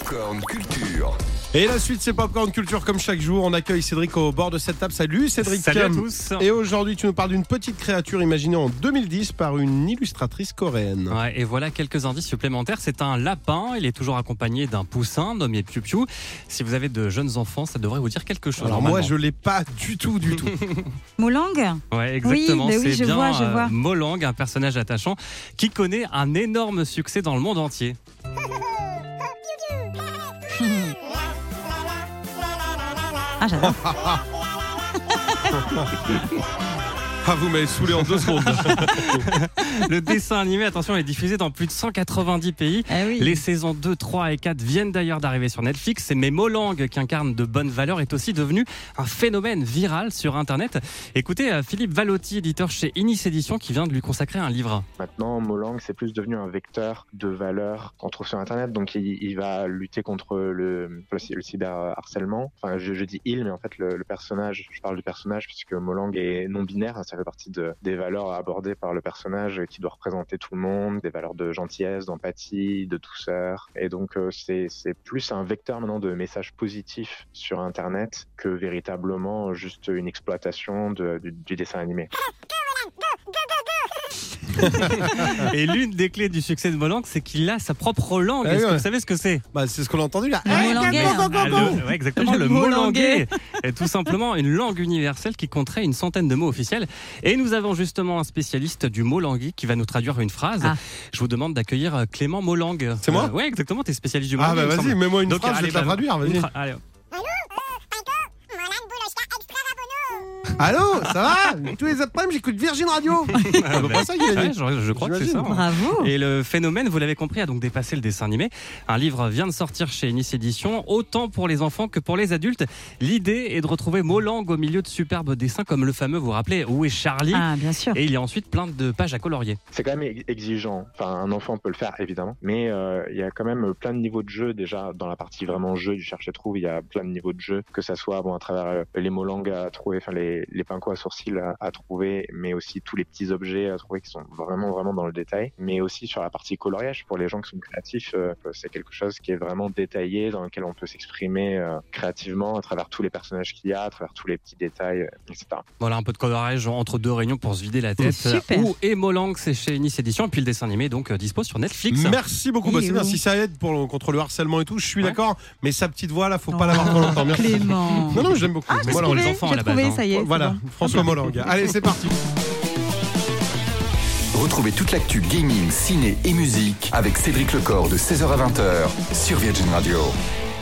Popcorn Culture. Et la suite, c'est Popcorn Culture comme chaque jour. On accueille Cédric au bord de cette table. Salut Cédric. Salut à tous. Et aujourd'hui, tu nous parles d'une petite créature imaginée en 2010 par une illustratrice coréenne. Ouais, et voilà quelques indices supplémentaires. C'est un lapin. Il est toujours accompagné d'un poussin nommé Piu Piu. Si vous avez de jeunes enfants, ça devrait vous dire quelque chose. Alors moi, je l'ai pas du tout. Molang. Ouais, exactement. Oui, c'est je bien vois. Molang, un personnage attachant qui connaît un énorme succès dans le monde entier. Ah, j'adore. Ah, vous m'avez saoulé en 2 secondes. Le dessin animé, attention, est diffusé dans plus de 190 pays. Ah oui. Les saisons 2, 3 et 4 viennent d'ailleurs d'arriver sur Netflix. Mais Molang, qui incarne de bonnes valeurs, est aussi devenu un phénomène viral sur Internet. Écoutez Philippe Valotti, éditeur chez Inis Éditions, qui vient de lui consacrer un livre. Maintenant, Molang, c'est plus devenu un vecteur de valeurs qu'on trouve sur Internet. Donc, il va lutter contre le cyberharcèlement. Enfin, je dis il, mais en fait, le personnage, je parle du personnage puisque Molang est non-binaire. Ça fait partie des valeurs abordées par le personnage qui doit représenter tout le monde, des valeurs de gentillesse, d'empathie, de douceur. Et donc, c'est plus un vecteur maintenant de messages positifs sur Internet que véritablement juste une exploitation du dessin animé. Et l'une des clés du succès de Molang, c'est qu'il a sa propre langue. Est-ce que vous savez ce que c'est? Bah, c'est ce qu'on a entendu là. Ouais, exactement, le molanguais. molanguais est tout simplement une langue universelle qui compterait une centaine de mots officiels. Et nous avons justement un spécialiste du molanguais qui va nous traduire une phrase. Ah. Je vous demande d'accueillir Clément Molang. C'est moi Ouais, exactement, t'es spécialiste du Ah molanguais. bah vas-y, mets-moi une Donc, phrase, je vais te la traduire, vas-y. Allez. Allô, ça va? Tous les après-midi, j'écoute Virgin Radio. C'est à peu près ça qu'il a dit. Ouais, je crois que c'est ça. Bravo. Et le phénomène, vous l'avez compris, a donc dépassé le dessin animé. Un livre vient de sortir chez Inis Éditions, autant pour les enfants que pour les adultes. L'idée est de retrouver Molang au milieu de superbes dessins comme le fameux, vous vous rappelez, Où est Charlie? Ah, bien sûr. Et il y a ensuite plein de pages à colorier. C'est quand même exigeant. Enfin, un enfant peut le faire, évidemment. Mais il y a quand même plein de niveaux de jeu. Déjà, dans la partie vraiment jeu du cherche-trouve, il y a plein de niveaux de jeu. Que ça soit à travers les molangues à trouver, enfin les pincos à sourcils à trouver, mais aussi tous les petits objets à trouver qui sont vraiment dans le détail. Mais aussi sur la partie coloriage, pour les gens qui sont créatifs, c'est quelque chose qui est vraiment détaillé, dans lequel on peut s'exprimer créativement à travers tous les personnages qu'il y a, à travers tous les petits détails, etc. Voilà, un peu de coloriage entre 2 réunions pour se vider la tête. Super. Où est Molang, c'est chez Inis Éditions. Et puis le dessin animé, donc, dispose sur Netflix. Merci beaucoup. Bah, c'est bien. Si ça aide contre le harcèlement et tout, je suis d'accord. Mais sa petite voix là, faut pas l'avoir trop longtemps. Merci. Clément. Non, je l'aime beaucoup. j'ai Voilà, trouvé. on- les enfants à J'ai la trouvé, base, hein. ça y est. c'est Voilà, bon. François Molang. Allez, c'est parti. Retrouvez toute l'actu gaming, ciné et musique avec Cédric Lecor de 16h à 20h sur Virgin Radio.